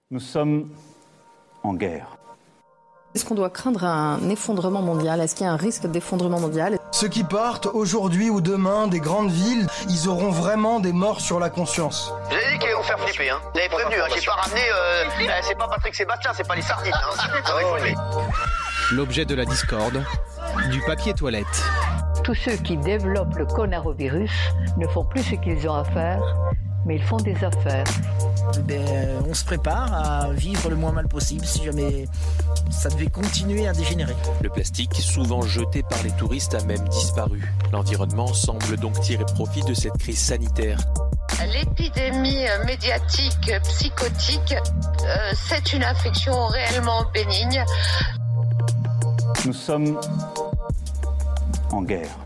Nous sommes en guerre. Est-ce qu'on doit craindre un effondrement mondial ? Est-ce qu'il y a un risque d'effondrement mondial ? Ceux qui partent aujourd'hui ou demain des grandes villes, ils auront vraiment des morts sur la conscience. Vous avez dit qu'ils vont faire flipper, hein. Vous avez prévenu, hein. J'ai pas ramené, c'est pas Patrick Sébastien, c'est pas les sardines, hein. L'objet de la discorde, du papier toilette. Tous ceux qui développent le coronavirus ne font plus ce qu'ils ont à faire, mais ils font des affaires. On se prépare à vivre le moins mal possible si jamais ça devait continuer à dégénérer. Le plastique, souvent jeté par les touristes, a même disparu. L'environnement semble donc tirer profit de cette crise sanitaire. L'épidémie médiatique psychotique, c'est une infection réellement bénigne. Nous sommes en guerre.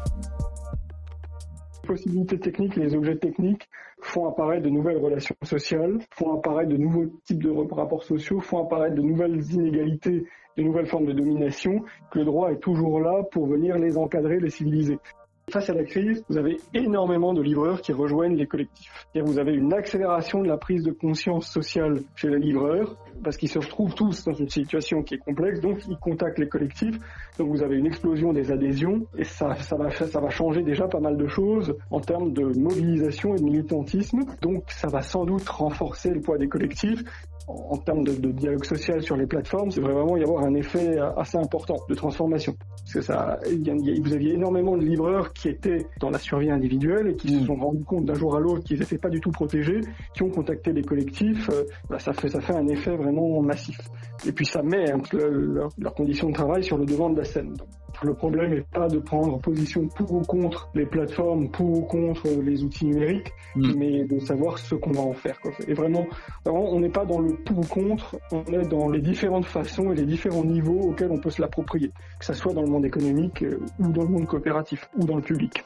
Les possibilités techniques, les objets techniques font apparaître de nouvelles relations sociales, font apparaître de nouveaux types de rapports sociaux, font apparaître de nouvelles inégalités, de nouvelles formes de domination, que le droit est toujours là pour venir les encadrer, les civiliser. Face à la crise, vous avez énormément de livreurs qui rejoignent les collectifs. C'est-à-dire vous avez une accélération de la prise de conscience sociale chez les livreurs, parce qu'ils se retrouvent tous dans une situation qui est complexe, donc ils contactent les collectifs. Donc vous avez une explosion des adhésions, et ça va changer déjà pas mal de choses en termes de mobilisation et de militantisme. Donc ça va sans doute renforcer le poids des collectifs. En termes de dialogue social sur les plateformes, c'est vraiment y avoir un effet assez important de transformation. Parce que vous aviez énormément de livreurs qui étaient dans la survie individuelle et qui se sont rendus compte d'un jour à l'autre qu'ils n'étaient pas du tout protégés, qui ont contacté les collectifs. Ça fait un effet vraiment massif. Et puis ça met leurs conditions de travail sur le devant de la scène. Donc, le problème n'est pas de prendre position pour ou contre les plateformes, pour ou contre les outils numériques, mais de savoir ce qu'on va en faire, quoi. Et vraiment, on n'est pas dans le pour ou contre, on est dans les différentes façons et les différents niveaux auxquels on peut se l'approprier, que ça soit dans le monde économique ou dans le monde coopératif ou dans le public.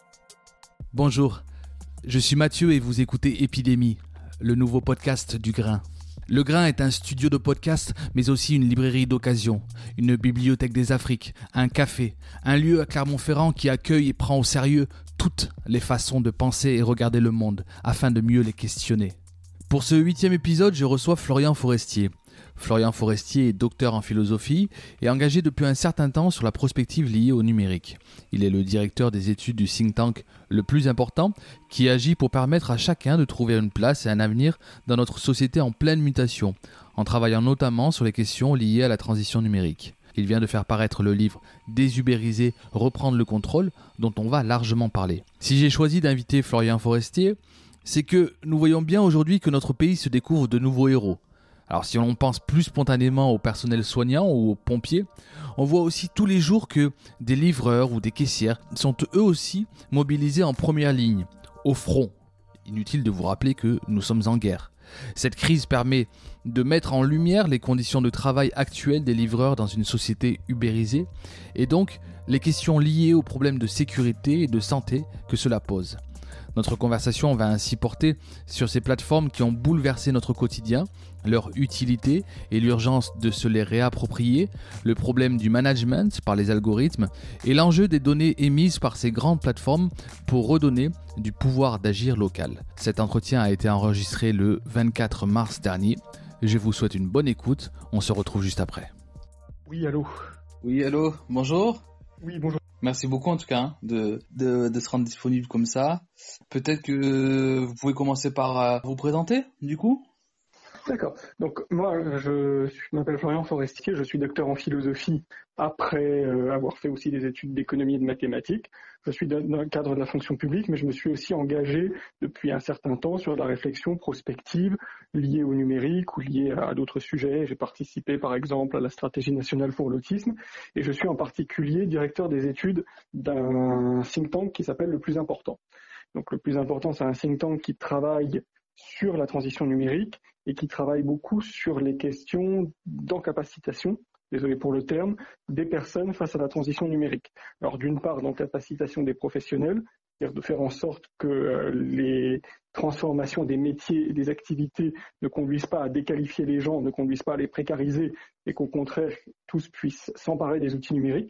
Bonjour, je suis Mathieu et vous écoutez Épidémie, le nouveau podcast du Grain. Le Grain est un studio de podcast, mais aussi une librairie d'occasion, une bibliothèque des Afriques, un café, un lieu à Clermont-Ferrand qui accueille et prend au sérieux toutes les façons de penser et regarder le monde, afin de mieux les questionner. Pour ce 8e épisode, je reçois Florian Forestier. Florian Forestier est docteur en philosophie et engagé depuis un certain temps sur la prospective liée au numérique. Il est le directeur des études du think tank le plus important qui agit pour permettre à chacun de trouver une place et un avenir dans notre société en pleine mutation, en travaillant notamment sur les questions liées à la transition numérique. Il vient de faire paraître le livre « Désubériser, reprendre le contrôle » dont on va largement parler. Si j'ai choisi d'inviter Florian Forestier, c'est que nous voyons bien aujourd'hui que notre pays se découvre de nouveaux héros. Alors si on pense plus spontanément au personnel soignant ou aux pompiers, on voit aussi tous les jours que des livreurs ou des caissières sont eux aussi mobilisés en première ligne, au front. Inutile de vous rappeler que nous sommes en guerre. Cette crise permet de mettre en lumière les conditions de travail actuelles des livreurs dans une société ubérisée et donc les questions liées aux problèmes de sécurité et de santé que cela pose. Notre conversation va ainsi porter sur ces plateformes qui ont bouleversé notre quotidien, leur utilité et l'urgence de se les réapproprier, le problème du management par les algorithmes et l'enjeu des données émises par ces grandes plateformes pour redonner du pouvoir d'agir local. Cet entretien a été enregistré le 24 mars dernier. Je vous souhaite une bonne écoute, on se retrouve juste après. Oui, allô. Oui, allô, bonjour. Oui, bonjour. Merci beaucoup en tout cas de se rendre disponible comme ça. Peut-être que vous pouvez commencer par vous présenter du coup. D'accord. Donc moi, je m'appelle Florian Forestier, je suis docteur en philosophie après avoir fait aussi des études d'économie et de mathématiques. Je suis dans le cadre de la fonction publique, mais je me suis aussi engagé depuis un certain temps sur la réflexion prospective liée au numérique ou liée à d'autres sujets. J'ai participé par exemple à la stratégie nationale pour l'autisme et je suis en particulier directeur des études d'un think tank qui s'appelle Le Plus Important. Donc le Plus Important, c'est un think tank qui travaille sur la transition numérique et qui travaille beaucoup sur les questions d'encapacitation, désolé pour le terme, des personnes face à la transition numérique. Alors d'une part, d'encapacitation des professionnels, c'est-à-dire de faire en sorte que les transformations des métiers et des activités ne conduisent pas à déqualifier les gens, ne conduisent pas à les précariser et qu'au contraire, tous puissent s'emparer des outils numériques.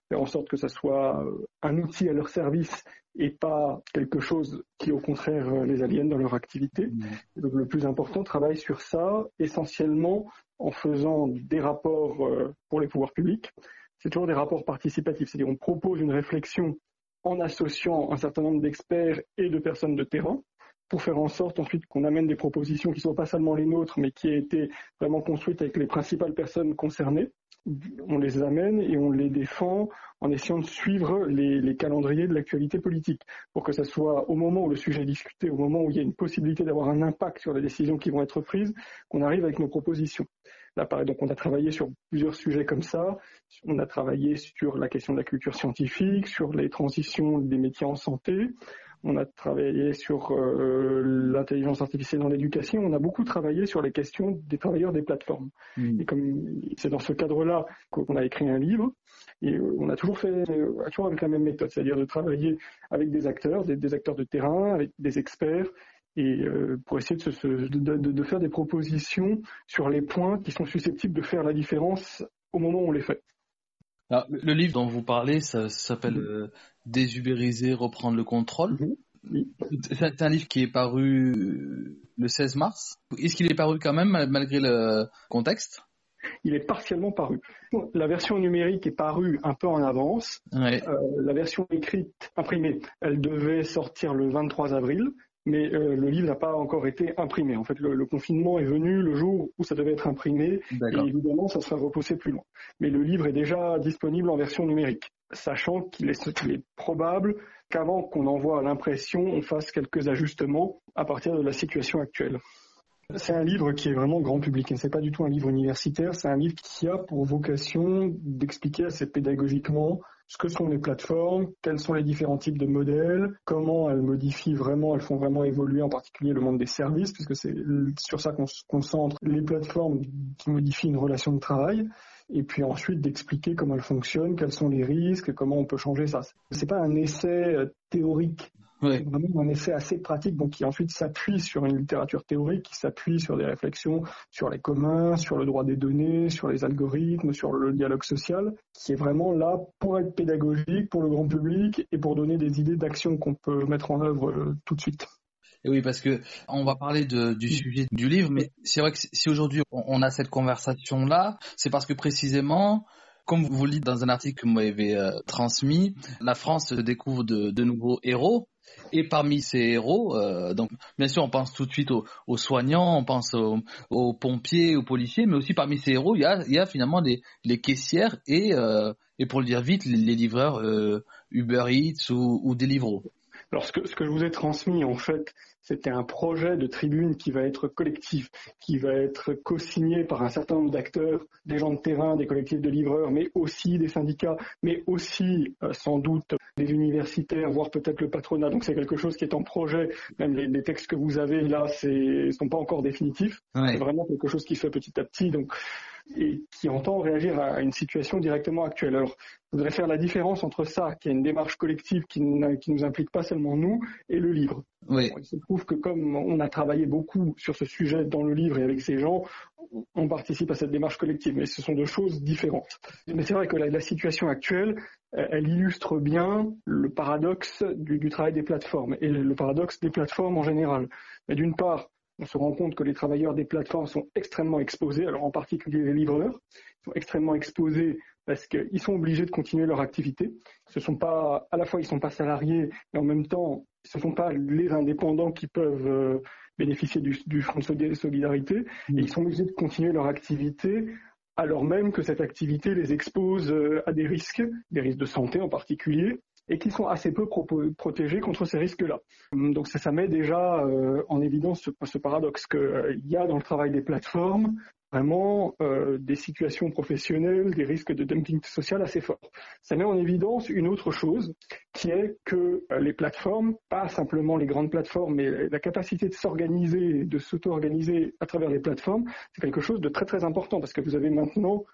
faire en sorte que ça soit un outil à leur service et pas quelque chose qui, au contraire, les aliène dans leur activité. Et donc, le plus important, travaille sur ça, essentiellement en faisant des rapports pour les pouvoirs publics. C'est toujours des rapports participatifs, c'est-à-dire on propose une réflexion en associant un certain nombre d'experts et de personnes de terrain pour faire en sorte ensuite qu'on amène des propositions qui ne sont pas seulement les nôtres, mais qui aient été vraiment construites avec les principales personnes concernées. On les amène et on les défend en essayant de suivre les calendriers de l'actualité politique pour que ça soit au moment où le sujet est discuté, au moment où il y a une possibilité d'avoir un impact sur les décisions qui vont être prises, qu'on arrive avec nos propositions. Là, pareil, donc on a travaillé sur plusieurs sujets comme ça. On a travaillé sur la question de la culture scientifique, sur les transitions des métiers en santé. On a travaillé sur l'intelligence artificielle dans l'éducation. On a beaucoup travaillé sur les questions des travailleurs des plateformes. Et comme c'est dans ce cadre-là qu'on a écrit un livre, et on a toujours avec la même méthode, c'est-à-dire de travailler avec des acteurs, des acteurs de terrain, avec des experts, et pour essayer de faire des propositions sur les points qui sont susceptibles de faire la différence au moment où on les fait. Alors, le livre dont vous parlez, ça s'appelle Désubériser, reprendre le contrôle. Oui. C'est un livre qui est paru le 16 mars. Est-ce qu'il est paru quand même, malgré le contexte ? Il est partiellement paru. La version numérique est parue un peu en avance. Ouais. La version écrite, imprimée, elle devait sortir le 23 avril. Mais le livre n'a pas encore été imprimé. En fait, le confinement est venu le jour où ça devait être imprimé. D'accord. Et évidemment, ça sera repoussé plus loin. Mais le livre est déjà disponible en version numérique, sachant qu'il est probable qu'avant qu'on envoie l'impression, on fasse quelques ajustements à partir de la situation actuelle. C'est un livre qui est vraiment grand public. C'est pas du tout un livre universitaire. C'est un livre qui a pour vocation d'expliquer assez pédagogiquement ce que sont les plateformes, quels sont les différents types de modèles, comment elles modifient vraiment, elles font vraiment évoluer en particulier le monde des services, puisque c'est sur ça qu'on se concentre, les plateformes qui modifient une relation de travail, et puis ensuite d'expliquer comment elles fonctionnent, quels sont les risques, comment on peut changer ça. C'est pas un essai théorique. Ouais. C'est vraiment un essai assez pratique, donc qui ensuite s'appuie sur une littérature théorique, qui s'appuie sur des réflexions sur les communs, sur le droit des données, sur les algorithmes, sur le dialogue social, qui est vraiment là pour être pédagogique, pour le grand public et pour donner des idées d'action qu'on peut mettre en œuvre tout de suite. Et oui, parce que on va parler du sujet du livre, mais c'est vrai que si aujourd'hui on a cette conversation-là, c'est parce que précisément, comme vous le dites dans un article que vous m'avez transmis, la France découvre de nouveaux héros. Et parmi ces héros, donc bien sûr on pense tout de suite aux soignants, on pense aux pompiers, aux policiers, mais aussi parmi ces héros il y a finalement les caissières et pour le dire vite les livreurs Uber Eats ou Deliveroo. Alors ce que je vous ai transmis en fait, c'était un projet de tribune qui va être collectif, qui va être co-signé par un certain nombre d'acteurs, des gens de terrain, des collectifs de livreurs, mais aussi des syndicats, mais aussi sans doute des universitaires, voire peut-être le patronat. Donc c'est quelque chose qui est en projet. Même les textes que vous avez là, sont pas encore définitifs. Ouais. C'est vraiment quelque chose qui se fait petit à petit. Donc et qui entend réagir à une situation directement actuelle. Alors, je voudrais faire la différence entre ça, qui est une démarche collective qui nous implique pas seulement nous, et le livre. Oui. Il se trouve que comme on a travaillé beaucoup sur ce sujet dans le livre et avec ces gens, on participe à cette démarche collective, mais ce sont deux choses différentes. Mais c'est vrai que la situation actuelle, elle illustre bien le paradoxe du travail des plateformes, et le paradoxe des plateformes en général. Mais d'une part, on se rend compte que les travailleurs des plateformes sont extrêmement exposés, alors en particulier les livreurs, sont extrêmement exposés parce qu'ils sont obligés de continuer leur activité. Ce sont pas, à la fois ils ne sont pas salariés, mais en même temps, ce ne sont pas les indépendants qui peuvent bénéficier du fonds de solidarité, et ils sont obligés de continuer leur activité alors même que cette activité les expose à des risques de santé en particulier, et qui sont assez peu protégés contre ces risques-là. Donc ça met déjà en évidence ce paradoxe qu'il y a dans le travail des plateformes vraiment des situations professionnelles, des risques de dumping social assez forts. Ça met en évidence une autre chose, qui est que les plateformes, pas simplement les grandes plateformes, mais la capacité de s'organiser, de s'auto-organiser à travers les plateformes, c'est quelque chose de très très important, parce que vous avez maintenant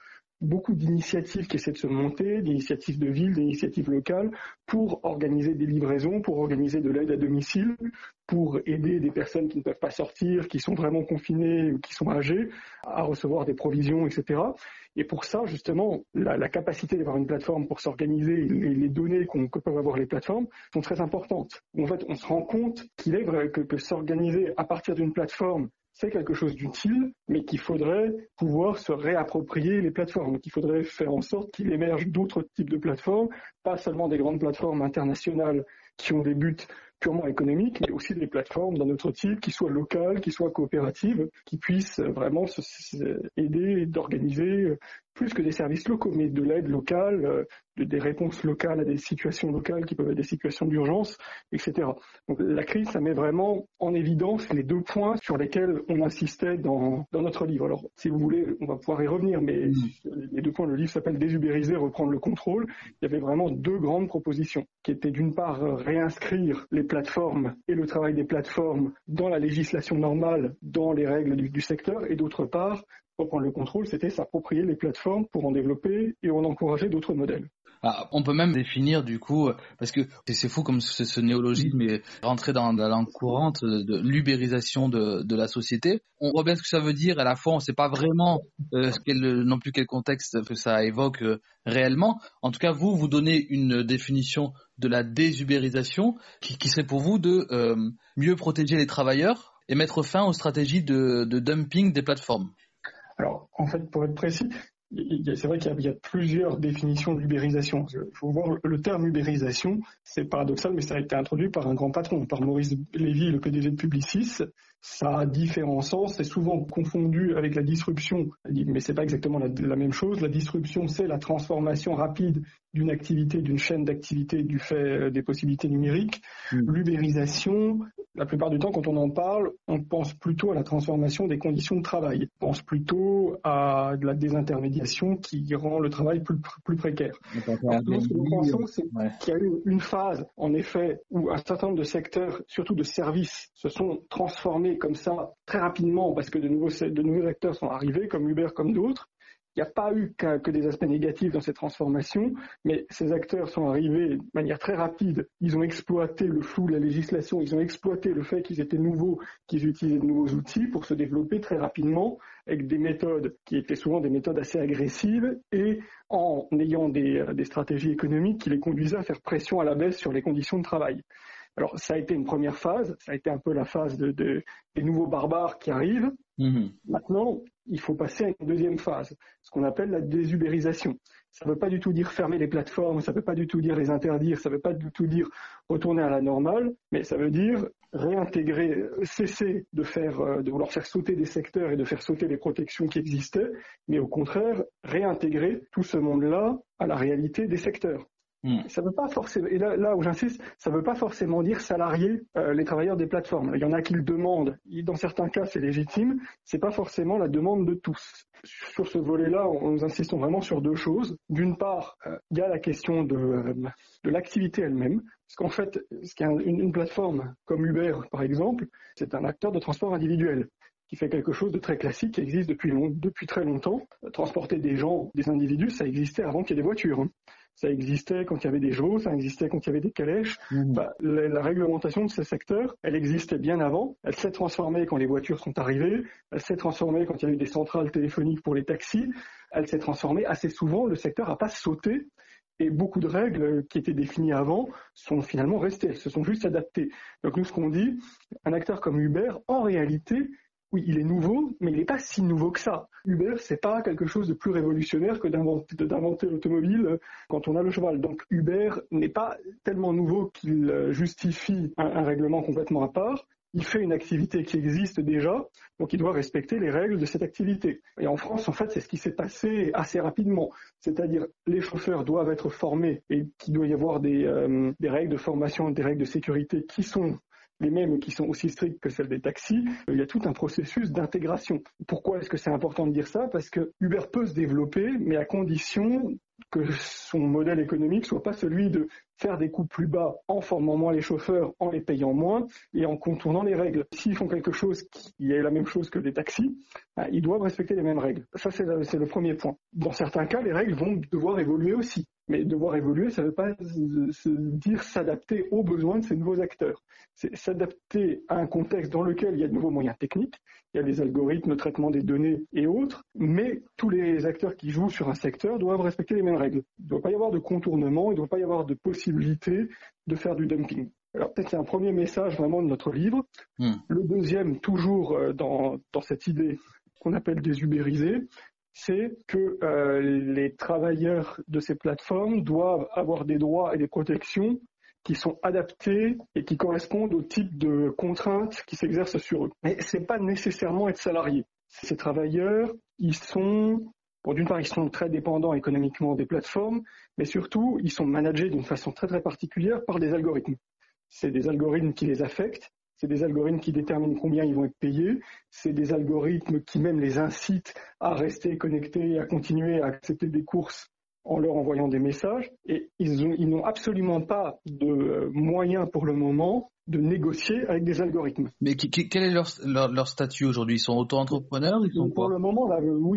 beaucoup d'initiatives qui essaient de se monter, d'initiatives de ville, d'initiatives locales, pour organiser des livraisons, pour organiser de l'aide à domicile, pour aider des personnes qui ne peuvent pas sortir, qui sont vraiment confinées ou qui sont âgées, à recevoir des provisions, etc. Et pour ça, justement, la capacité d'avoir une plateforme pour s'organiser, les données que peuvent avoir les plateformes sont très importantes. En fait, on se rend compte qu'il est vrai que s'organiser à partir d'une plateforme, c'est quelque chose d'utile, mais qu'il faudrait pouvoir se réapproprier les plateformes, qu'il faudrait faire en sorte qu'il émerge d'autres types de plateformes, pas seulement des grandes plateformes internationales qui ont des buts purement économiques, mais aussi des plateformes d'un autre type, qui soient locales, qui soient coopératives, qui puissent vraiment aider d'organiser plus que des services locaux, mais de l'aide locale, des réponses locales à des situations locales qui peuvent être des situations d'urgence, etc. Donc la crise, ça met vraiment en évidence les deux points sur lesquels on insistait dans notre livre. Alors, si vous voulez, on va pouvoir y revenir, mais les deux points, le livre s'appelle « Désubériser, reprendre le contrôle ». Il y avait vraiment deux grandes propositions, qui étaient d'une part réinscrire les plateformes et le travail des plateformes dans la législation normale, dans les règles du secteur, et d'autre part, reprendre le contrôle, c'était s'approprier les plateformes pour en développer et en encourager d'autres modèles. Ah, on peut même définir du coup, parce que c'est fou comme ce néologisme est rentré dans la langue courante de l'ubérisation de la société. On voit bien ce que ça veut dire, à la fois on ne sait pas vraiment non plus quel contexte que ça évoque réellement. En tout cas, vous donnez une définition de la désubérisation qui serait pour vous de mieux protéger les travailleurs et mettre fin aux stratégies de dumping des plateformes. Alors, en fait, pour être précis, c'est vrai qu'il y a plusieurs définitions de l'ubérisation. Il faut voir le terme ubérisation, c'est paradoxal, mais ça a été introduit par un grand patron, par Maurice Lévy, le PDG de Publicis. Ça a différents sens, c'est souvent confondu avec la disruption, mais c'est pas exactement la même chose. La disruption, c'est la transformation rapide d'une activité, d'une chaîne d'activité du fait des possibilités numériques. L'ubérisation, la plupart du temps, quand on en parle, on pense plutôt à la transformation des conditions de travail. On pense plutôt à de la désintermédiation qui rend le travail plus précaire. Donc, ce que nous pensons, c'est qu'il y a eu une phase, en effet, où un certain nombre de secteurs, surtout de services, se sont transformés comme ça très rapidement parce que de nouveaux acteurs sont arrivés, comme Uber, comme d'autres. Il n'y a pas eu que des aspects négatifs dans cette transformation, mais ces acteurs sont arrivés de manière très rapide. Ils ont exploité le flou de la législation, ils ont exploité le fait qu'ils étaient nouveaux, qu'ils utilisaient de nouveaux outils pour se développer très rapidement avec des méthodes qui étaient souvent des méthodes assez agressives et en ayant des stratégies économiques qui les conduisaient à faire pression à la baisse sur les conditions de travail. Alors, ça a été une première phase, ça a été un peu la phase des nouveaux barbares qui arrivent. Maintenant, il faut passer à une deuxième phase, ce qu'on appelle la désubérisation. Ça ne veut pas du tout dire fermer les plateformes, ça ne veut pas du tout dire les interdire, ça ne veut pas du tout dire retourner à la normale, mais ça veut dire réintégrer, cesser de vouloir faire sauter des secteurs et de faire sauter les protections qui existaient, mais au contraire, réintégrer tout ce monde-là à la réalité des secteurs. Ça veut pas forcément, et là où j'insiste, ça veut pas forcément dire salarier les travailleurs des plateformes. Il y en a qui le demandent. Dans certains cas, c'est légitime. C'est pas forcément la demande de tous. Sur ce volet-là, nous insistons vraiment sur deux choses. D'une part, il y a la question de l'activité elle-même. Parce qu'en fait, une plateforme comme Uber, par exemple, c'est un acteur de transport individuel qui fait quelque chose de très classique, qui existe depuis très longtemps. Transporter des gens, des individus, ça existait avant qu'il y ait des voitures. Ça existait quand il y avait des chevaux, ça existait quand il y avait des calèches. La réglementation de ce secteur, elle existait bien avant. Elle s'est transformée quand les voitures sont arrivées. Elle s'est transformée quand il y a eu des centrales téléphoniques pour les taxis. Elle s'est transformée assez souvent. Le secteur n'a pas sauté. Et beaucoup de règles qui étaient définies avant sont finalement restées. Elles se sont juste adaptées. Donc nous, ce qu'on dit, un acteur comme Uber, en réalité, oui, il est nouveau, mais il n'est pas si nouveau que ça. Uber, c'est pas quelque chose de plus révolutionnaire que d'inventer l'automobile quand on a le cheval. Donc Uber n'est pas tellement nouveau qu'il justifie un règlement complètement à part. Il fait une activité qui existe déjà, donc il doit respecter les règles de cette activité. Et en France, en fait, c'est ce qui s'est passé assez rapidement. C'est-à-dire, les chauffeurs doivent être formés et qu'il doit y avoir des règles de formation, des règles de sécurité qui sont les mêmes, qui sont aussi strictes que celles des taxis. Il y a tout un processus d'intégration. Pourquoi est-ce que c'est important de dire ça ? Parce que Uber peut se développer, mais à condition que son modèle économique soit pas celui de faire des coûts plus bas en formant moins les chauffeurs, en les payant moins et en contournant les règles. S'ils font quelque chose qui est la même chose que des taxis, ils doivent respecter les mêmes règles. Ça, c'est le premier point. Dans certains cas, les règles vont devoir évoluer aussi. Mais devoir évoluer, ça ne veut pas se dire s'adapter aux besoins de ces nouveaux acteurs. C'est s'adapter à un contexte dans lequel il y a de nouveaux moyens techniques, il y a des algorithmes, le traitement des données et autres, mais tous les acteurs qui jouent sur un secteur doivent respecter les mêmes règles. Il ne doit pas y avoir de contournement, il ne doit pas y avoir de possibilité de faire du dumping. Alors peut-être c'est un premier message vraiment de notre livre. Le deuxième, toujours dans cette idée qu'on appelle désubériser, c'est que les travailleurs de ces plateformes doivent avoir des droits et des protections qui sont adaptés et qui correspondent au type de contraintes qui s'exercent sur eux. Mais c'est pas nécessairement être salarié. Ces travailleurs, ils sont très dépendants économiquement des plateformes, mais surtout, ils sont managés d'une façon très très particulière par des algorithmes. C'est des algorithmes qui les affectent, c'est des algorithmes qui déterminent combien ils vont être payés, c'est des algorithmes qui même les incitent à rester connectés et à continuer à accepter des courses en leur envoyant des messages, et ils n'ont absolument pas de moyens pour le moment de négocier avec des algorithmes. Mais quel est leur statut aujourd'hui? Ils sont auto-entrepreneurs? Pour le moment,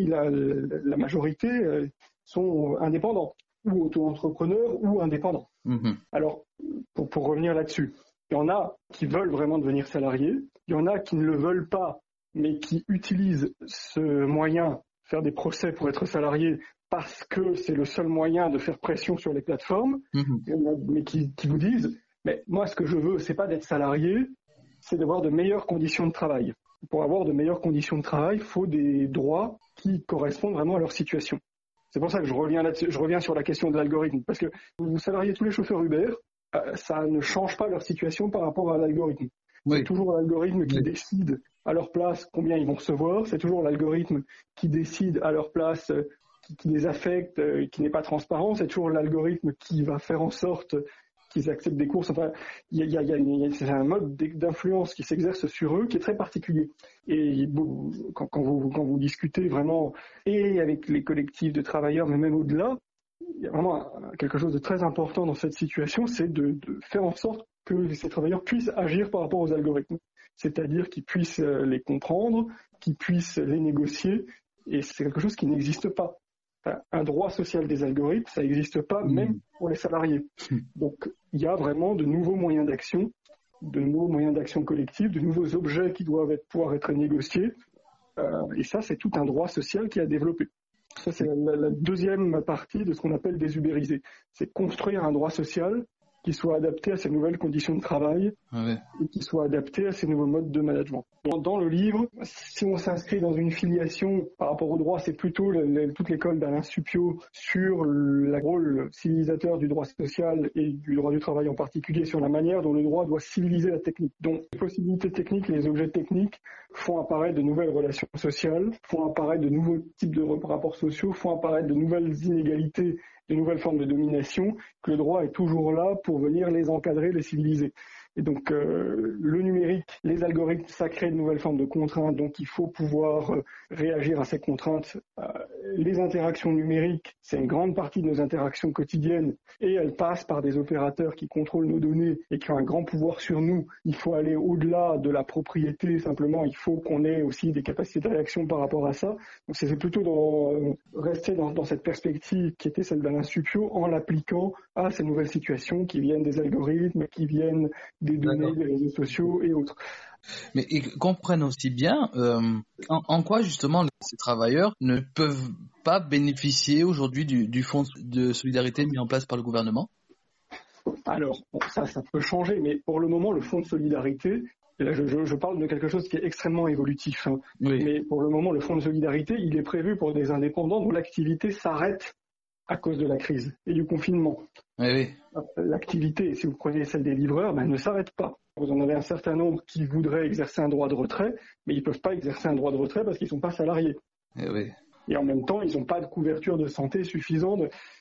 la majorité sont indépendants, ou auto-entrepreneurs, ou indépendants. Alors, pour revenir là-dessus, il y en a qui veulent vraiment devenir salariés, il y en a qui ne le veulent pas, mais qui utilisent ce moyen, faire des procès pour être salariés, parce que c'est le seul moyen de faire pression sur les plateformes, mais qui vous disent, mais moi ce que je veux, c'est pas d'être salarié, c'est d'avoir de meilleures conditions de travail. Pour avoir de meilleures conditions de travail, il faut des droits qui correspondent vraiment à leur situation. C'est pour ça que je reviens sur la question de l'algorithme, parce que vous salariez tous les chauffeurs Uber, ça ne change pas leur situation par rapport à l'algorithme. C'est toujours l'algorithme qui décide à leur place combien ils vont recevoir, c'est toujours l'algorithme qui décide à leur place qui les affecte, qui n'est pas transparent, c'est toujours l'algorithme qui va faire en sorte qu'ils acceptent des courses. Enfin, c'est un mode d'influence qui s'exerce sur eux qui est très particulier. Et quand vous discutez vraiment, et avec les collectifs de travailleurs, mais même au-delà, il y a vraiment quelque chose de très important dans cette situation, c'est de faire en sorte que ces travailleurs puissent agir par rapport aux algorithmes. C'est-à-dire qu'ils puissent les comprendre, qu'ils puissent les négocier, et c'est quelque chose qui n'existe pas. Un droit social des algorithmes, ça n'existe pas même pour les salariés. Donc il y a vraiment de nouveaux moyens d'action, collectifs, de nouveaux objets qui doivent pouvoir être négociés. Et ça, c'est tout un droit social qui a développé. Ça, c'est la deuxième partie de ce qu'on appelle désubériser. C'est construire un droit social qui soit adapté à ces nouvelles conditions de travail et qui soit adapté à ces nouveaux modes de management. Dans le livre, si on s'inscrit dans une filiation par rapport au droit, c'est plutôt toute l'école d'Alain Supiot sur le rôle civilisateur du droit social et du droit du travail en particulier, sur la manière dont le droit doit civiliser la technique. Donc les possibilités techniques, les objets techniques font apparaître de nouvelles relations sociales, font apparaître de nouveaux types de rapports sociaux, font apparaître de nouvelles inégalités, de nouvelles formes de domination, que le droit est toujours là pour venir les encadrer, les civiliser. Et donc le numérique, les algorithmes, ça crée de nouvelles formes de contraintes, donc il faut pouvoir réagir à ces contraintes. Les interactions numériques, c'est une grande partie de nos interactions quotidiennes et elles passent par des opérateurs qui contrôlent nos données et qui ont un grand pouvoir sur nous. Il faut aller au-delà de la propriété, simplement il faut qu'on ait aussi des capacités de réaction par rapport à ça. Donc c'est plutôt rester dans cette perspective qui était celle d'Alain Supiot en l'appliquant à ces nouvelles situations qui viennent des algorithmes, qui viennent des données, des réseaux sociaux et autres. Mais ils comprennent aussi bien en quoi justement ces travailleurs ne peuvent pas bénéficier aujourd'hui du fonds de solidarité mis en place par le gouvernement? Alors, ça peut changer, mais pour le moment, le fonds de solidarité, et là je parle de quelque chose qui est extrêmement évolutif, mais pour le moment, le fonds de solidarité, il est prévu pour des indépendants dont l'activité s'arrête à cause de la crise et du confinement. L'activité, si vous prenez celle des livreurs, elle ne s'arrête pas. Vous en avez un certain nombre qui voudraient exercer un droit de retrait, mais ils ne peuvent pas exercer un droit de retrait parce qu'ils ne sont pas salariés. Et en même temps, ils n'ont pas de couverture de santé suffisante.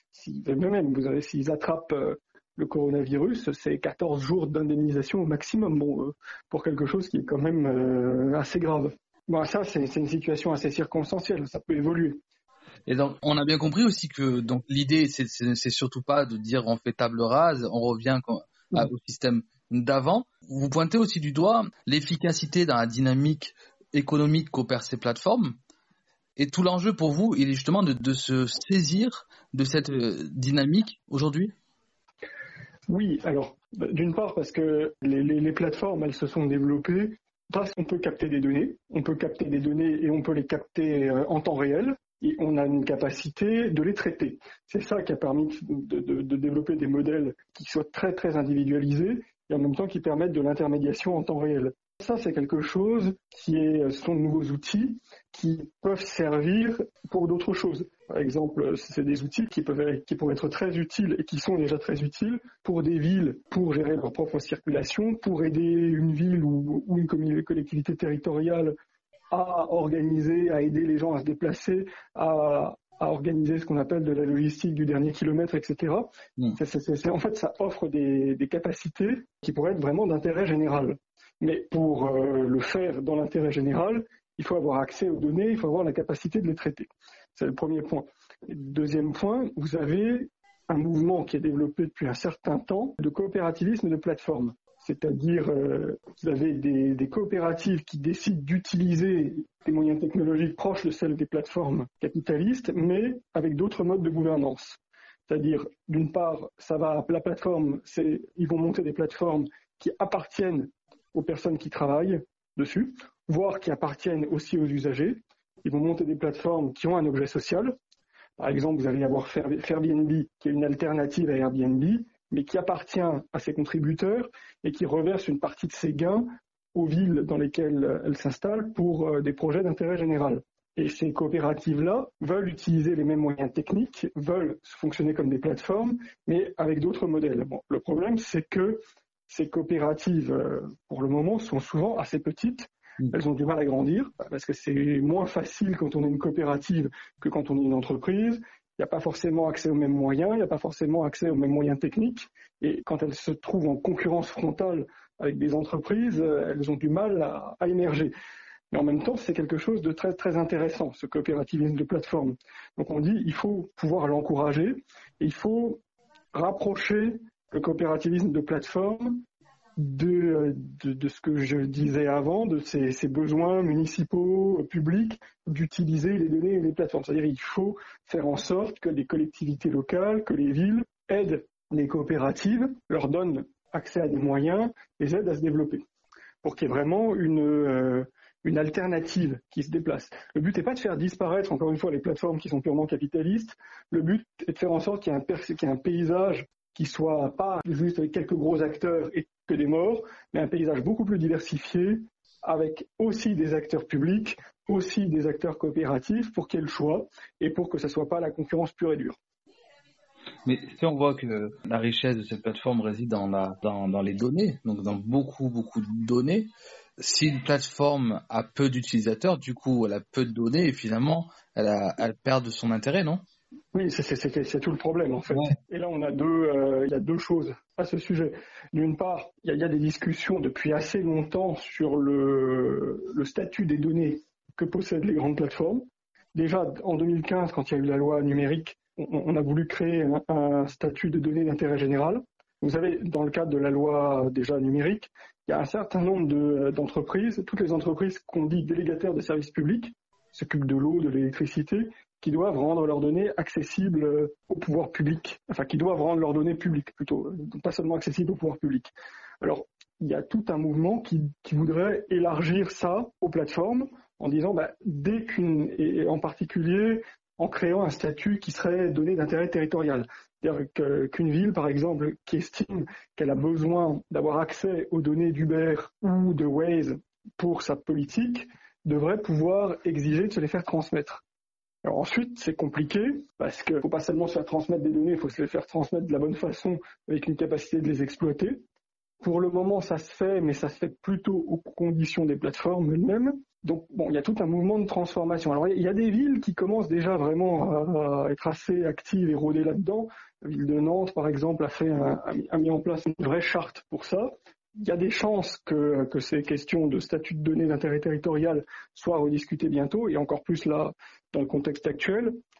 S'ils attrapent le coronavirus, c'est 14 jours d'indemnisation au maximum, pour quelque chose qui est quand même assez grave. Ça, c'est une situation assez circonstancielle, ça peut évoluer. Et donc, on a bien compris aussi que donc l'idée, c'est surtout pas de dire on fait table rase, on revient au système d'avant. Vous pointez aussi du doigt l'efficacité dans la dynamique économique qu'opèrent ces plateformes. Et tout l'enjeu pour vous, il est justement de se saisir de cette dynamique aujourd'hui. Oui, alors, d'une part parce que les plateformes, elles se sont développées parce qu'on peut capter des données. On peut capter des données et on peut les capter en temps réel. Et on a une capacité de les traiter. C'est ça qui a permis de développer des modèles qui soient très très individualisés et en même temps qui permettent de l'intermédiation en temps réel. Ça, c'est quelque chose ce sont de nouveaux outils qui peuvent servir pour d'autres choses. Par exemple, c'est des outils qui pourraient être très utiles et qui sont déjà très utiles pour des villes, pour gérer leur propre circulation, pour aider une ville ou une collectivité territoriale à organiser, à aider les gens à se déplacer, à organiser ce qu'on appelle de la logistique du dernier kilomètre, etc. En fait, ça offre des capacités qui pourraient être vraiment d'intérêt général. Mais pour le faire dans l'intérêt général, il faut avoir accès aux données, il faut avoir la capacité de les traiter. C'est le premier point. Deuxième point, vous avez un mouvement qui est développé depuis un certain temps de coopérativisme de plateforme. C'est-à-dire, vous avez des coopératives qui décident d'utiliser des moyens technologiques proches de celles des plateformes capitalistes, mais avec d'autres modes de gouvernance. C'est-à-dire, d'une part, la plateforme, ils vont monter des plateformes qui appartiennent aux personnes qui travaillent dessus, voire qui appartiennent aussi aux usagers. Ils vont monter des plateformes qui ont un objet social. Par exemple, vous allez avoir Fairbnb, qui est une alternative à Airbnb, mais qui appartient à ses contributeurs et qui reverse une partie de ses gains aux villes dans lesquelles elles s'installent pour des projets d'intérêt général. Et ces coopératives-là veulent utiliser les mêmes moyens techniques, veulent fonctionner comme des plateformes, mais avec d'autres modèles. Bon, le problème, c'est que ces coopératives, pour le moment, sont souvent assez petites. Elles ont du mal à grandir parce que c'est moins facile quand on est une coopérative que quand on est une entreprise. Il n'y a pas forcément accès aux mêmes moyens, il n'y a pas forcément accès aux mêmes moyens techniques. Et quand elles se trouvent en concurrence frontale avec des entreprises, elles ont du mal à émerger. Mais en même temps, c'est quelque chose de très, très intéressant, ce coopérativisme de plateforme. Donc on dit il faut pouvoir l'encourager et il faut rapprocher le coopérativisme de plateforme de ce que je disais avant, de ces besoins municipaux, publics, d'utiliser les données et les plateformes. C'est-à-dire qu'il faut faire en sorte que les collectivités locales, que les villes aident les coopératives, leur donnent accès à des moyens, les aident à se développer, pour qu'il y ait vraiment une alternative qui se déplace. Le but n'est pas de faire disparaître, encore une fois, les plateformes qui sont purement capitalistes. Le but est de faire en sorte qu'il y ait un paysage qui soit pas juste avec quelques gros acteurs et que des morts, mais un paysage beaucoup plus diversifié, avec aussi des acteurs publics, aussi des acteurs coopératifs, pour qu'il y ait le choix et pour que ça soit pas la concurrence pure et dure. Mais si on voit que la richesse de cette plateforme réside dans les données, donc dans beaucoup de données, si une plateforme a peu d'utilisateurs, du coup elle a peu de données et finalement elle perd de son intérêt, non ? Oui, c'est tout le problème en fait. Ouais. Et là, il y a deux choses à ce sujet. D'une part, il y a des discussions depuis assez longtemps sur le statut des données que possèdent les grandes plateformes. Déjà, en 2015, quand il y a eu la loi numérique, on a voulu créer un statut de données d'intérêt général. Vous savez, dans le cadre de la loi déjà numérique, il y a un certain nombre d'entreprises, toutes les entreprises qu'on dit délégataires de services publics, s'occupent de l'eau, de l'électricité, qui doivent rendre leurs données accessibles au pouvoir public, enfin qui doivent rendre leurs données publiques plutôt, pas seulement accessibles au pouvoir public. Alors, il y a tout un mouvement qui voudrait élargir ça aux plateformes en disant et en particulier en créant un statut qui serait donné d'intérêt territorial. C'est-à-dire qu'une ville, par exemple, qui estime qu'elle a besoin d'avoir accès aux données d'Uber ou de Waze pour sa politique, devrait pouvoir exiger de se les faire transmettre. Alors ensuite, c'est compliqué parce qu'il ne faut pas seulement se faire transmettre des données, il faut se les faire transmettre de la bonne façon avec une capacité de les exploiter. Pour le moment, ça se fait, mais ça se fait plutôt aux conditions des plateformes elles-mêmes. Donc, bon, il y a tout un mouvement de transformation. Alors, il y a des villes qui commencent déjà vraiment à être assez actives et rodées là-dedans. La ville de Nantes, par exemple, a mis en place une vraie charte pour ça. Il y a des chances que ces questions de statut de données d'intérêt territorial soient rediscutées bientôt, et encore plus là, dans le contexte actuel.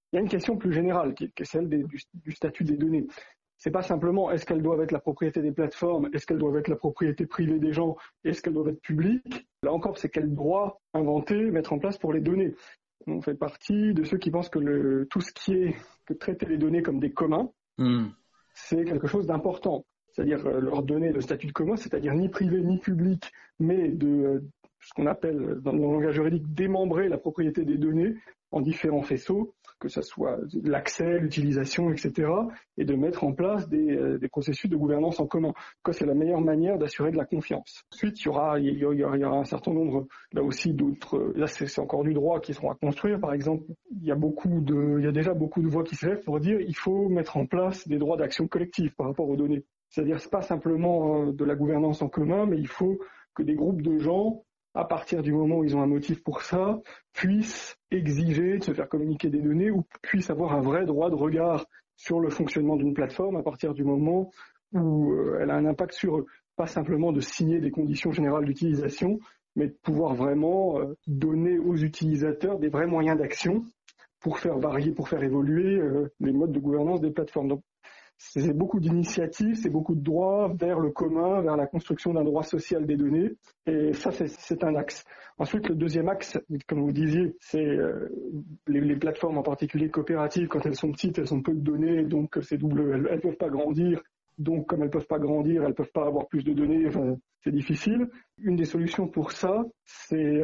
Il y a une question plus générale qui est celle du statut des données. C'est pas simplement est-ce qu'elles doivent être la propriété des plateformes, est-ce qu'elles doivent être la propriété privée des gens, est-ce qu'elles doivent être publiques. Là encore, c'est quel droit inventer, mettre en place pour les données. On fait partie de ceux qui pensent que tout ce qui est que traiter les données comme des communs, c'est quelque chose d'important. C'est-à-dire leur donner le statut de commun, c'est-à-dire ni privé ni public, mais de ce qu'on appelle dans le langage juridique démembrer la propriété des données en différents faisceaux, que ce soit l'accès, l'utilisation, etc., et de mettre en place des processus de gouvernance en commun. C'est la meilleure manière d'assurer de la confiance. Ensuite, il y aura un certain nombre, là aussi, d'autres, là c'est encore du droit qui seront à construire. Par exemple, il y a déjà beaucoup de voix qui s'élèvent pour dire il faut mettre en place des droits d'action collective par rapport aux données. C'est-à-dire, c'est pas simplement de la gouvernance en commun, mais il faut que des groupes de gens, à partir du moment où ils ont un motif pour ça, puissent exiger de se faire communiquer des données ou puissent avoir un vrai droit de regard sur le fonctionnement d'une plateforme à partir du moment où elle a un impact sur eux. Pas simplement de signer des conditions générales d'utilisation, mais de pouvoir vraiment donner aux utilisateurs des vrais moyens d'action pour faire varier, pour faire évoluer les modes de gouvernance des plateformes. Donc, c'est beaucoup d'initiatives, c'est beaucoup de droits vers le commun, vers la construction d'un droit social des données. Et ça, c'est un axe. Ensuite, le deuxième axe, comme vous disiez, c'est les plateformes, en particulier coopératives. Quand elles sont petites, elles ont peu de données, donc c'est double. Elles peuvent pas grandir. Donc, comme elles peuvent pas grandir, elles peuvent pas avoir plus de données. Enfin, c'est difficile. Une des solutions pour ça, c'est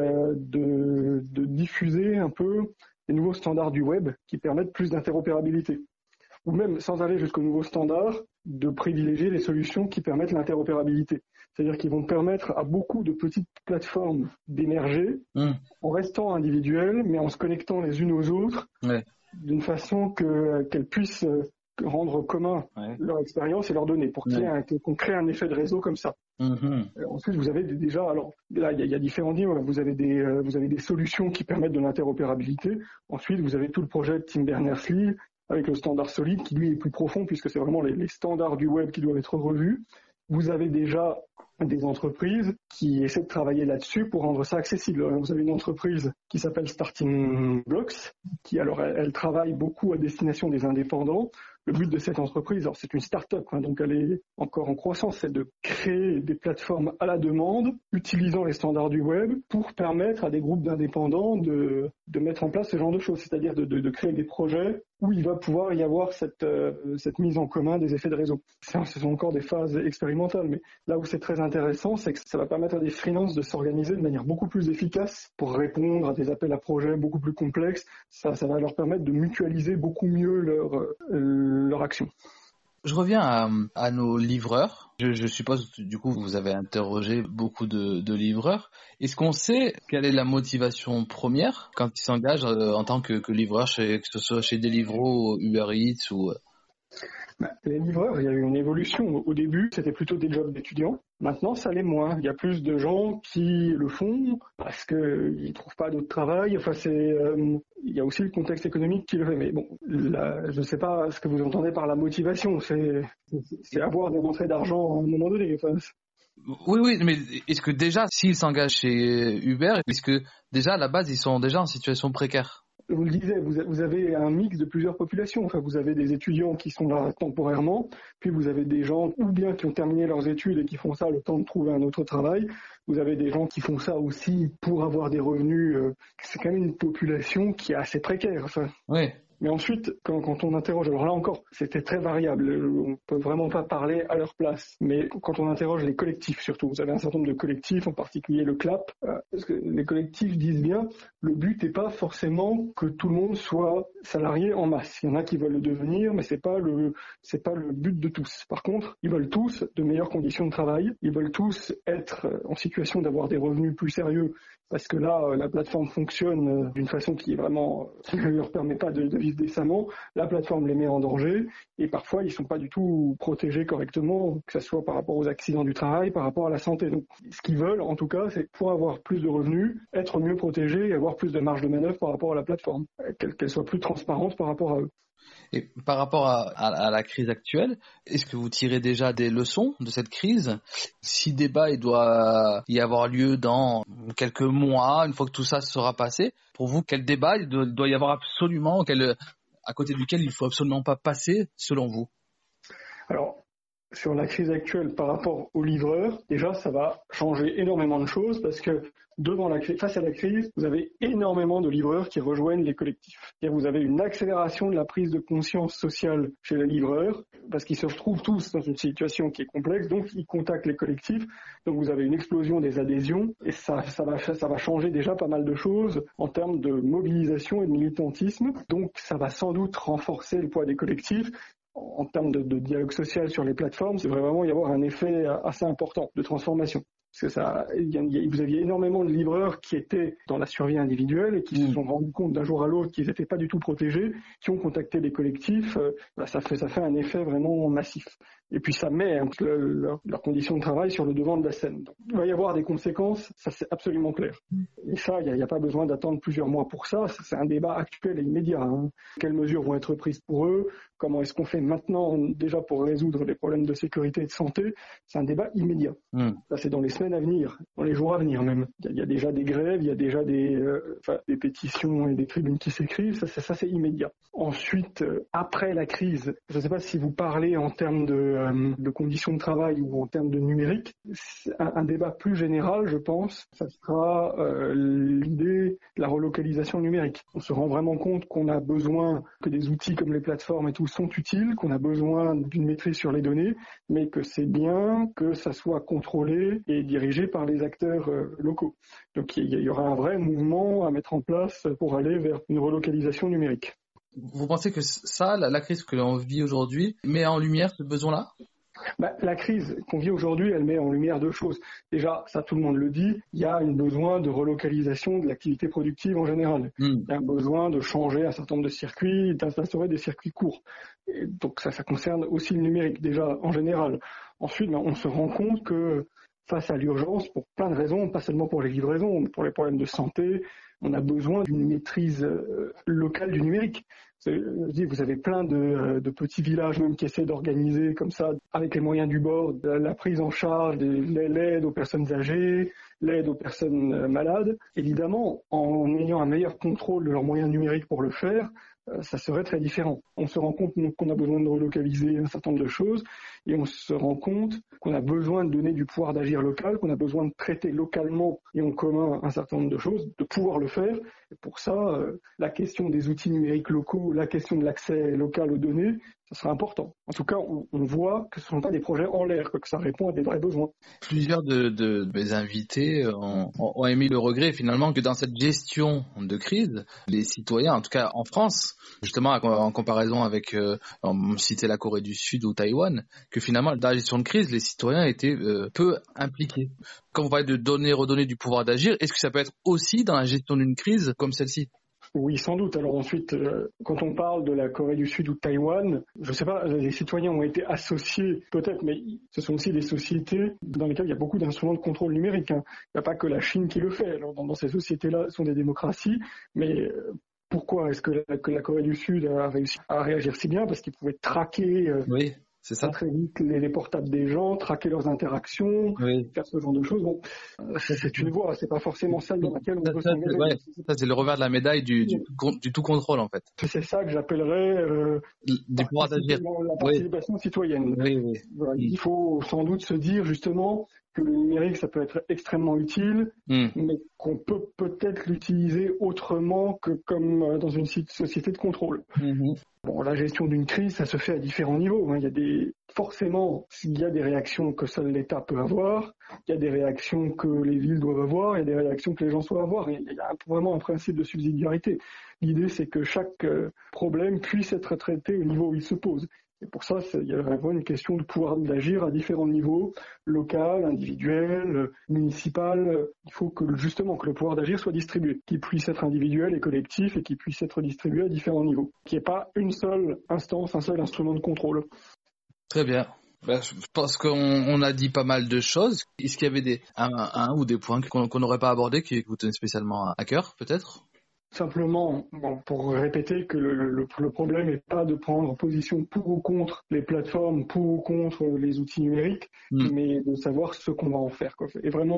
de diffuser un peu les nouveaux standards du web qui permettent plus d'interopérabilité. Ou même, sans aller jusqu'aux nouveaux standards, de privilégier les solutions qui permettent l'interopérabilité. C'est-à-dire qu'ils vont permettre à beaucoup de petites plateformes d'émerger en restant individuelles, mais en se connectant les unes aux autres, d'une façon qu'elles puissent rendre commun leur expérience et leurs données, pour qu'on crée un effet de réseau comme ça. Ensuite, vous avez déjà, alors là, il y a différents niveaux. Vous avez des solutions qui permettent de l'interopérabilité. Ensuite, vous avez tout le projet de Tim Berners-Lee, avec le standard solide qui lui est plus profond puisque c'est vraiment les standards du web qui doivent être revus. Vous avez déjà des entreprises qui essaient de travailler là-dessus pour rendre ça accessible. Vous avez une entreprise qui s'appelle Starting Blocks qui, alors, elle travaille beaucoup à destination des indépendants. Le but de cette entreprise, alors c'est une start-up, donc elle est encore en croissance, c'est de créer des plateformes à la demande, utilisant les standards du web, pour permettre à des groupes d'indépendants de mettre en place ce genre de choses, c'est-à-dire de créer des projets où il va pouvoir y avoir cette mise en commun des effets de réseau. Ce sont encore des phases expérimentales, mais là où c'est très intéressant, c'est que ça va permettre à des freelances de s'organiser de manière beaucoup plus efficace pour répondre à des appels à projets beaucoup plus complexes. Ça va leur permettre de mutualiser beaucoup mieux leur action. Je reviens à nos livreurs. Je suppose que du coup vous avez interrogé beaucoup de livreurs. Est-ce qu'on sait quelle est la motivation première quand ils s'engagent en tant que livreur, que ce soit chez Deliveroo, Uber Eats ou... Les livreurs, il y a eu une évolution. Au début, c'était plutôt des jobs d'étudiants. Maintenant, ça l'est moins. Il y a plus de gens qui le font parce qu'ils ne trouvent pas d'autre travail. Enfin, il y a aussi le contexte économique qui le fait. Mais bon, là, je ne sais pas ce que vous entendez par la motivation. C'est avoir des rentrées d'argent à un moment donné. Enfin, oui, mais est-ce que déjà, s'ils s'engagent chez Uber, est-ce que déjà, à la base, ils sont déjà en situation précaire ? Vous le disiez, vous avez un mix de plusieurs populations. Enfin, vous avez des étudiants qui sont là temporairement, puis vous avez des gens ou bien qui ont terminé leurs études et qui font ça le temps de trouver un autre travail. Vous avez des gens qui font ça aussi pour avoir des revenus. C'est quand même une population qui est assez précaire. Enfin. Oui. Mais ensuite, quand on interroge, alors là encore, c'était très variable, on ne peut vraiment pas parler à leur place, mais quand on interroge les collectifs surtout, vous avez un certain nombre de collectifs, en particulier le CLAP, parce que les collectifs disent bien, le but n'est pas forcément que tout le monde soit salarié en masse. Il y en a qui veulent le devenir, mais c'est pas le but de tous. Par contre, ils veulent tous de meilleures conditions de travail, ils veulent tous être en situation d'avoir des revenus plus sérieux, parce que là, la plateforme fonctionne d'une façon qui est vraiment, qui ne leur permet pas de vivre décemment. La plateforme les met en danger et parfois ils ne sont pas du tout protégés correctement, que ce soit par rapport aux accidents du travail, par rapport à la santé. Donc, ce qu'ils veulent, en tout cas, c'est pour avoir plus de revenus, être mieux protégés et avoir plus de marge de manœuvre par rapport à la plateforme, qu'elle soit plus transparente par rapport à eux. Et par rapport à la crise actuelle, est-ce que vous tirez déjà des leçons de cette crise ? Si débat il doit y avoir lieu dans quelques mois, une fois que tout ça sera passé, pour vous, quel débat il doit y avoir absolument, à côté duquel il ne faut absolument pas passer, selon vous? Alors, sur la crise actuelle par rapport aux livreurs, déjà, ça va changer énormément de choses parce que face à la crise, vous avez énormément de livreurs qui rejoignent les collectifs. C'est-à-dire vous avez une accélération de la prise de conscience sociale chez les livreurs parce qu'ils se retrouvent tous dans une situation qui est complexe, donc ils contactent les collectifs. Donc vous avez une explosion des adhésions et ça va changer déjà pas mal de choses en termes de mobilisation et de militantisme. Donc ça va sans doute renforcer le poids des collectifs. En termes de dialogue social sur les plateformes, il devrait vraiment y avoir un effet assez important de transformation. Parce que vous aviez énormément de livreurs qui étaient dans la survie individuelle et qui se sont rendus compte d'un jour à l'autre qu'ils n'étaient pas du tout protégés, qui ont contacté des collectifs. Ça fait un effet vraiment massif. Et puis ça met leurs conditions de travail sur le devant de la scène. Donc, il va y avoir des conséquences, ça c'est absolument clair. Et ça, il n'y a pas besoin d'attendre plusieurs mois pour ça. C'est un débat actuel et immédiat. Quelles mesures vont être prises pour eux? Comment est-ce qu'on fait maintenant déjà pour résoudre les problèmes de sécurité et de santé? C'est un débat immédiat. Ça, c'est dans les semaines à venir, dans les jours à venir même. Il y a déjà des grèves, il y a déjà des pétitions et des tribunes qui s'écrivent. Ça c'est immédiat. Ensuite, après la crise, je ne sais pas si vous parlez en termes de conditions de travail ou en termes de numérique. Un débat plus général, je pense, ça sera l'idée de la relocalisation numérique. On se rend vraiment compte qu'on a besoin que des outils comme les plateformes et tout sont utiles, qu'on a besoin d'une maîtrise sur les données, mais que c'est bien que ça soit contrôlé et dirigé par les acteurs locaux. Donc il y aura un vrai mouvement à mettre en place pour aller vers une relocalisation numérique. Vous pensez que ça, la crise que l'on vit aujourd'hui, met en lumière ce besoin-là? La crise qu'on vit aujourd'hui, elle met en lumière deux choses. Déjà, ça tout le monde le dit, il y a un besoin de relocalisation de l'activité productive en général. Il y a un besoin de changer un certain nombre de circuits, d'instaurer des circuits courts. Et donc ça concerne aussi le numérique déjà en général. Ensuite, on se rend compte que face à l'urgence, pour plein de raisons, pas seulement pour les livraisons, mais pour les problèmes de santé, on a besoin d'une maîtrise locale du numérique. Je dis, vous avez plein de petits villages même qui essaient d'organiser comme ça, avec les moyens du bord, la prise en charge de l'aide aux personnes âgées, l'aide aux personnes malades. Évidemment, en ayant un meilleur contrôle de leurs moyens numériques pour le faire, ça serait très différent. On se rend compte qu'on a besoin de relocaliser un certain nombre de choses et on se rend compte qu'on a besoin de donner du pouvoir d'agir local, qu'on a besoin de traiter localement et en commun un certain nombre de choses, de pouvoir le faire. Et pour ça, la question des outils numériques locaux, la question de l'accès local aux données, ça sera important. En tout cas, on voit que ce ne sont pas des projets en l'air, que ça répond à des vrais besoins. Plusieurs de mes invités ont émis le regret finalement que dans cette gestion de crise, les citoyens, en tout cas en France, justement en comparaison avec, on citait la Corée du Sud ou Taïwan, que finalement dans la gestion de crise, les citoyens étaient peu impliqués. Quand vous parlez de redonner du pouvoir d'agir, est-ce que ça peut être aussi dans la gestion d'une crise comme celle-ci ? Oui, sans doute. Alors ensuite, quand on parle de la Corée du Sud ou de Taïwan, je ne sais pas, les citoyens ont été associés, peut-être, mais ce sont aussi des sociétés dans lesquelles il y a beaucoup d'instruments de contrôle numérique. Il n'y a pas que la Chine qui le fait. Alors, dans ces sociétés-là, ce sont des démocraties, mais pourquoi est-ce que la Corée du Sud a réussi à réagir si bien? Parce qu'ils pouvaient traquer c'est ça. très vite les portables des gens, traquer leurs interactions, faire ce genre de choses. Bon, c'est une voie, c'est pas forcément celle dans laquelle on peut s'engager. Ça, c'est le revers de la médaille du tout contrôle, en fait. C'est ça que j'appellerais du pouvoir d'agir. La participation citoyenne. Voilà, il faut sans doute se dire justement que le numérique, ça peut être extrêmement utile, mais qu'on peut peut-être l'utiliser autrement que comme dans une société de contrôle. Bon, la gestion d'une crise, ça se fait à différents niveaux. Forcément, il y a des réactions que seul l'État peut avoir, il y a des réactions que les villes doivent avoir, il y a des réactions que les gens doivent avoir. Il y a vraiment un principe de subsidiarité. L'idée, c'est que chaque problème puisse être traité au niveau où il se pose. Et pour ça, il y a vraiment une question de pouvoir d'agir à différents niveaux, local, individuel, municipal. Il faut que le pouvoir d'agir soit distribué, qu'il puisse être individuel et collectif et qu'il puisse être distribué à différents niveaux. Qu'il n'y ait pas une seule instance, un seul instrument de contrôle. Très bien. Je pense qu'on a dit pas mal de choses. Est-ce qu'il y avait un ou des points qu'on n'aurait pas abordés qui vous tenaient spécialement à cœur, peut-être ? Simplement, pour répéter que le problème n'est pas de prendre position pour ou contre les plateformes, pour ou contre les outils numériques, mais de savoir ce qu'on va en faire. Et vraiment,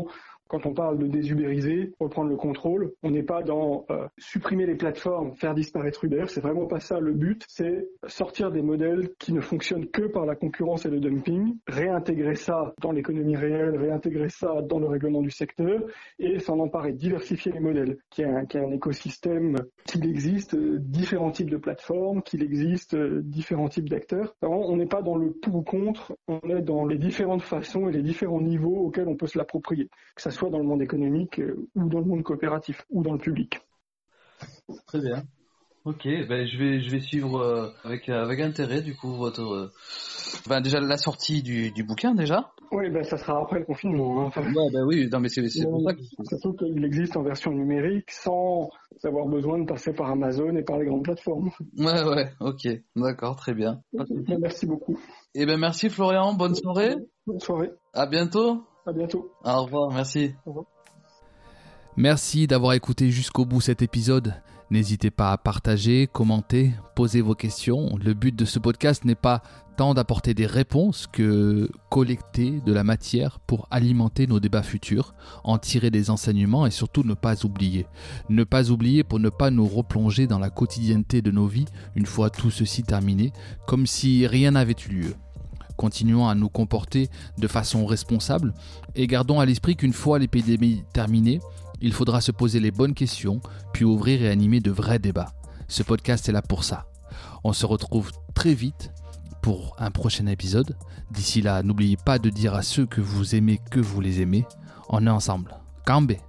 Quand on parle de désubériser, reprendre le contrôle, on n'est pas dans supprimer les plateformes, faire disparaître Uber, c'est vraiment pas ça le but, c'est sortir des modèles qui ne fonctionnent que par la concurrence et le dumping, réintégrer ça dans l'économie réelle, réintégrer ça dans le règlement du secteur et s'en emparer, diversifier les modèles, qu'il y ait un écosystème, qu'il existe différents types de plateformes, qu'il existe différents types d'acteurs. Alors, on n'est pas dans le pour ou contre, on est dans les différentes façons et les différents niveaux auxquels on peut se l'approprier, que ça soit dans le monde économique ou dans le monde coopératif ou dans le public. Très bien. Ok, je vais suivre avec intérêt du coup votre déjà la sortie du bouquin déjà. Oui, ça sera après le confinement. Enfin, oui, non mais c'est pour ça que surtout qu'il existe en version numérique sans avoir besoin de passer par Amazon et par les grandes plateformes. Ouais, ok, d'accord, très bien. Merci beaucoup. Merci Florian, bonne soirée. Bonne soirée. À bientôt. À bientôt. Au revoir, merci. Au revoir. Merci d'avoir écouté jusqu'au bout cet épisode. N'hésitez pas à partager, commenter, poser vos questions. Le but de ce podcast n'est pas tant d'apporter des réponses que collecter de la matière pour alimenter nos débats futurs, en tirer des enseignements et surtout ne pas oublier. Ne pas oublier pour ne pas nous replonger dans la quotidienneté de nos vies une fois tout ceci terminé, comme si rien n'avait eu lieu. Continuons à nous comporter de façon responsable et gardons à l'esprit qu'une fois l'épidémie terminée, il faudra se poser les bonnes questions, puis ouvrir et animer de vrais débats. Ce podcast est là pour ça. On se retrouve très vite pour un prochain épisode. D'ici là, n'oubliez pas de dire à ceux que vous aimez que vous les aimez. On est ensemble. Kambé.